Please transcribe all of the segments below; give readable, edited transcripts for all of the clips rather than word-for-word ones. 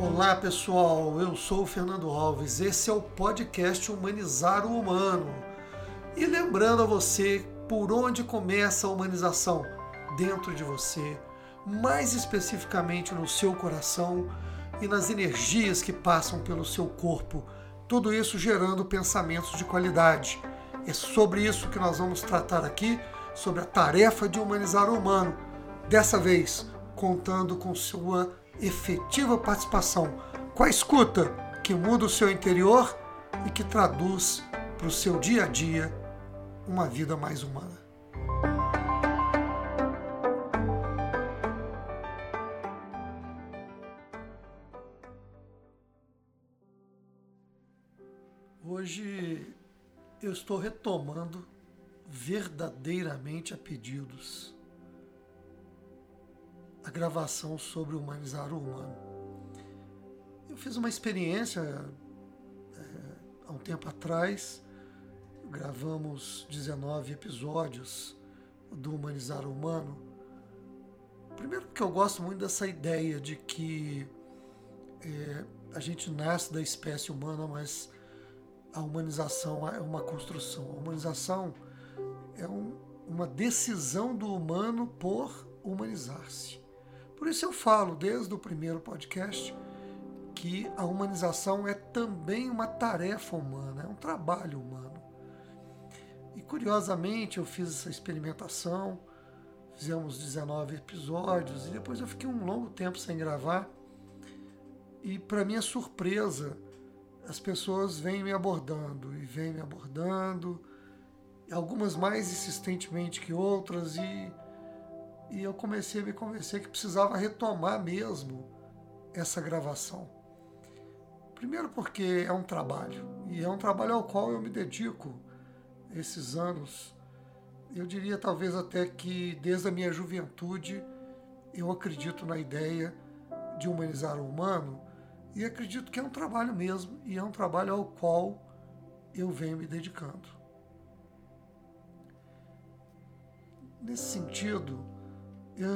Olá pessoal, eu sou o Fernando Alves, esse é o podcast Humanizar o Humano. E lembrando a você por onde começa a humanização, dentro de você, mais especificamente no seu coração e nas energias que passam pelo seu corpo, tudo isso gerando pensamentos de qualidade. É sobre isso que nós vamos tratar aqui, sobre a tarefa de humanizar o humano, dessa vez contando com sua efetiva participação, com a escuta que muda o seu interior e que traduz para o seu dia a dia uma vida mais humana. Hoje eu estou retomando verdadeiramente a pedidos a gravação sobre humanizar o humano. Eu fiz uma experiência há um tempo atrás, gravamos 19 episódios do Humanizar o Humano. Primeiro porque eu gosto muito dessa ideia de que a gente nasce da espécie humana, mas a humanização é uma construção. A humanização é uma decisão do humano por humanizar-se. Por isso eu falo, desde o primeiro podcast, que a humanização é também uma tarefa humana, é um trabalho humano. E curiosamente eu fiz essa experimentação, fizemos 19 episódios e depois eu fiquei um longo tempo sem gravar. E para minha surpresa, as pessoas vêm me abordando, algumas mais insistentemente que outras, e eu comecei a me convencer que precisava retomar mesmo essa gravação. Primeiro porque é um trabalho, e é um trabalho ao qual eu me dedico esses anos. Eu diria talvez até que desde a minha juventude eu acredito na ideia de humanizar o humano, e acredito que é um trabalho mesmo, e é um trabalho ao qual eu venho me dedicando. Nesse sentido, eu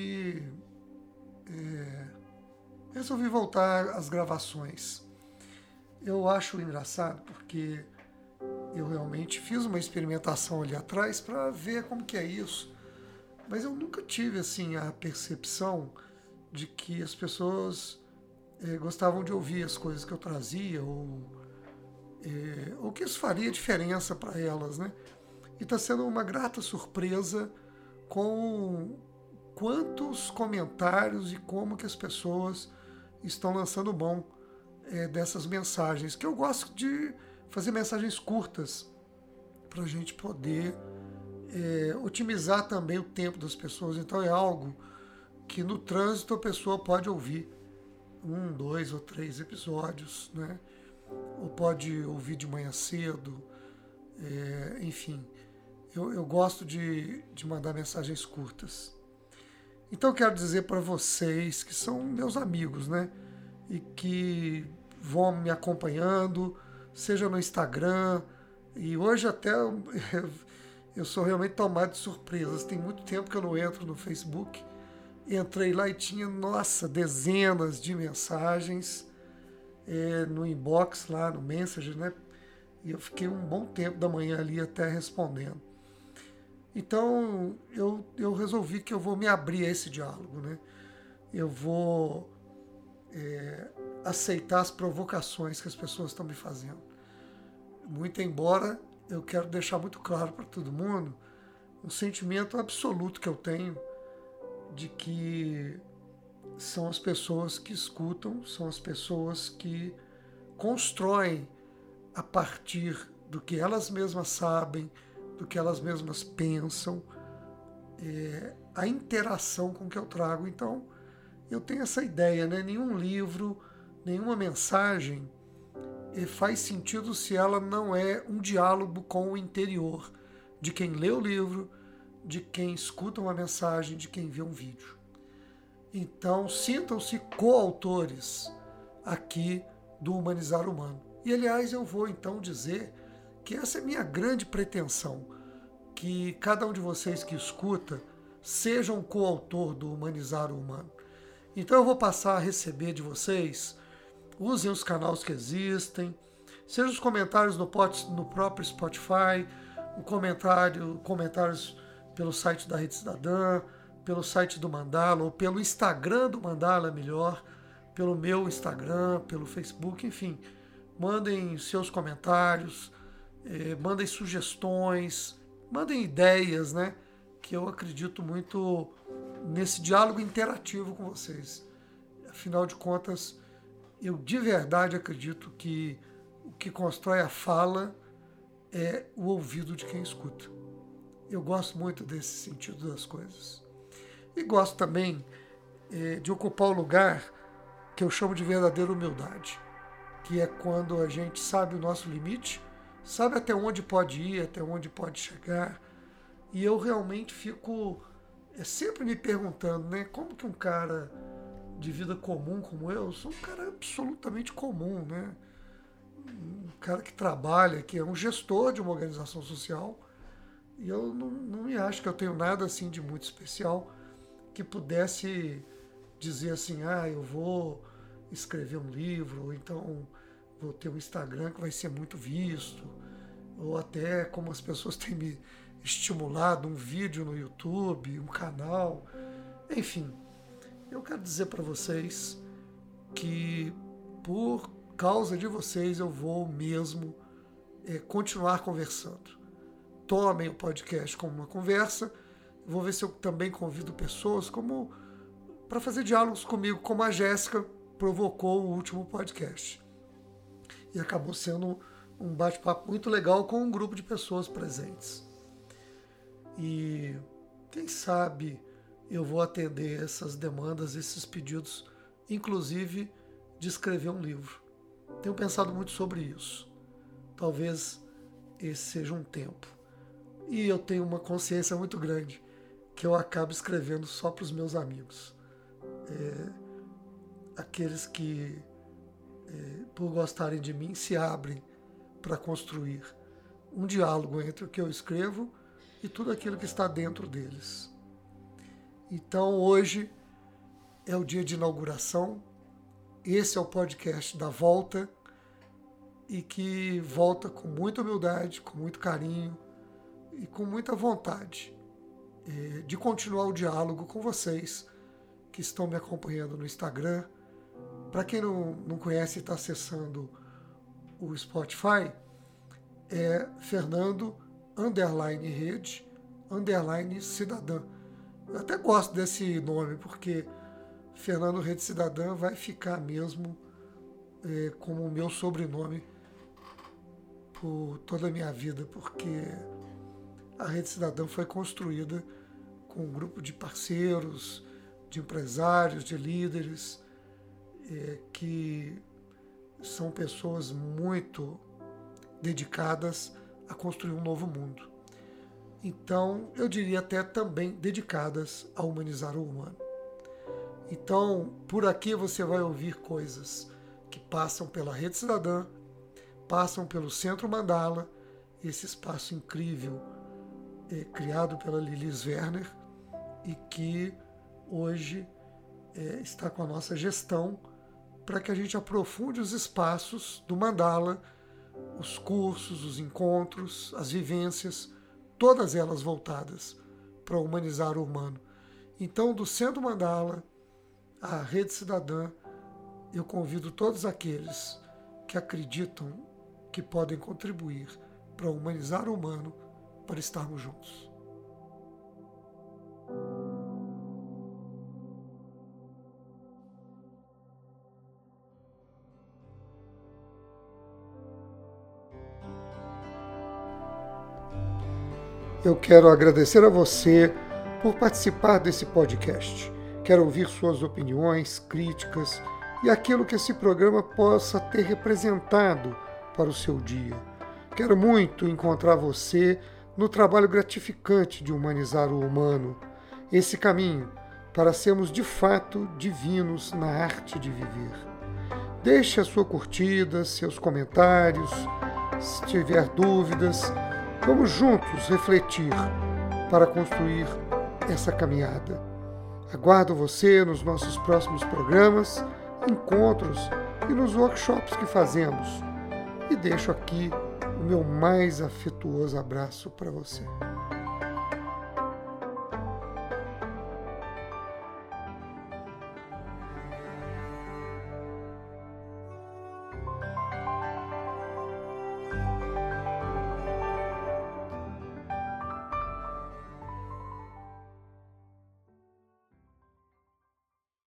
resolvi voltar às gravações. Eu acho engraçado porque eu realmente fiz uma experimentação ali atrás para ver como que é isso, mas eu nunca tive assim a percepção de que as pessoas gostavam de ouvir as coisas que eu trazia ou que isso faria diferença para elas, né? E está sendo uma grata surpresa com quantos comentários e como que as pessoas estão lançando mão dessas mensagens, que eu gosto de fazer mensagens curtas para a gente poder otimizar também o tempo das pessoas. Então é algo que no trânsito a pessoa pode ouvir 1, 2 ou 3 episódios, né? Ou pode ouvir de manhã cedo, enfim. Eu gosto de mandar mensagens curtas. Então eu quero dizer para vocês que são meus amigos, né? E que vão me acompanhando, seja no Instagram, e hoje até eu sou realmente tomado de surpresas. Tem muito tempo que eu não entro no Facebook. Entrei lá e tinha, dezenas de mensagens no inbox lá, no Messenger, né? E eu fiquei um bom tempo da manhã ali até respondendo. Então, eu resolvi que eu vou me abrir a esse diálogo, né? Eu vou aceitar as provocações que as pessoas estão me fazendo. Muito embora eu quero deixar muito claro para todo mundo um sentimento absoluto que eu tenho de que são as pessoas que escutam, são as pessoas que constroem a partir do que elas mesmas sabem, do que elas mesmas pensam, a interação com o que eu trago. Então, eu tenho essa ideia, né? Nenhum livro, nenhuma mensagem faz sentido se ela não é um diálogo com o interior de quem lê o livro, de quem escuta uma mensagem, de quem vê um vídeo. Então, sintam-se coautores aqui do Humanizar o Humano. E, aliás, eu vou então dizer que essa é a minha grande pretensão, que cada um de vocês que escuta seja um coautor do Humanizar o Humano. Então eu vou passar a receber de vocês usem os canais que existem, seja os comentários no próprio Spotify, comentários pelo site da Rede Cidadã, pelo site do Mandala, ou pelo Instagram do Mandala, melhor, pelo meu Instagram, pelo Facebook, enfim. Mandem seus comentários, mandem sugestões, mandem ideias, né? Que eu acredito muito nesse diálogo interativo com vocês. Afinal de contas, eu de verdade acredito que o que constrói a fala é o ouvido de quem escuta. Eu gosto muito desse sentido das coisas. E gosto também de ocupar o lugar que eu chamo de verdadeira humildade, que é quando a gente sabe o nosso limite, sabe até onde pode ir, até onde pode chegar. E eu realmente fico sempre me perguntando, né, como que um cara de vida comum como eu, sou um cara absolutamente comum, né? Um cara que trabalha, que é um gestor de uma organização social, e eu não me acho que eu tenho nada assim de muito especial que pudesse dizer assim, eu vou escrever um livro, ou então vou ter um Instagram que vai ser muito visto, ou até como as pessoas têm me estimulado, um vídeo no YouTube, um canal, enfim. Eu quero dizer para vocês que por causa de vocês eu vou mesmo continuar conversando. Tomem o podcast como uma conversa. Vou ver se eu também convido pessoas para fazer diálogos comigo, como a Jéssica provocou o último podcast. E acabou sendo um bate-papo muito legal com um grupo de pessoas presentes. E quem sabe eu vou atender essas demandas, esses pedidos, inclusive de escrever um livro. Tenho pensado muito sobre isso. Talvez esse seja um tempo. E eu tenho uma consciência muito grande que eu acabo escrevendo só para os meus amigos. Aqueles que, por gostarem de mim, se abrem para construir um diálogo entre o que eu escrevo e tudo aquilo que está dentro deles. Então, hoje é o dia de inauguração. Esse é o podcast da volta e que volta com muita humildade, com muito carinho e com muita vontade de continuar o diálogo com vocês que estão me acompanhando no Instagram. Para quem não conhece e está acessando o Spotify, é Fernando_Rede_Cidadã. Eu até gosto desse nome, porque Fernando Rede Cidadã vai ficar mesmo como o meu sobrenome por toda a minha vida, porque a Rede Cidadã foi construída com um grupo de parceiros, de empresários, de líderes, que são pessoas muito dedicadas a construir um novo mundo. Então, eu diria até também dedicadas a humanizar o humano. Então, por aqui você vai ouvir coisas que passam pela Rede Cidadã, passam pelo Centro Mandala, esse espaço incrível criado pela Lilis Werner e que hoje está com a nossa gestão para que a gente aprofunde os espaços do Mandala, os cursos, os encontros, as vivências, todas elas voltadas para humanizar o humano. Então, do Centro Mandala à Rede Cidadã, eu convido todos aqueles que acreditam que podem contribuir para humanizar o humano, para estarmos juntos. Eu quero agradecer a você por participar desse podcast. Quero ouvir suas opiniões, críticas e aquilo que esse programa possa ter representado para o seu dia. Quero muito encontrar você no trabalho gratificante de humanizar o humano, esse caminho para sermos de fato divinos na arte de viver. Deixe a sua curtida, seus comentários, se tiver dúvidas. Vamos juntos refletir para construir essa caminhada. Aguardo você nos nossos próximos programas, encontros e nos workshops que fazemos. E deixo aqui o meu mais afetuoso abraço para você.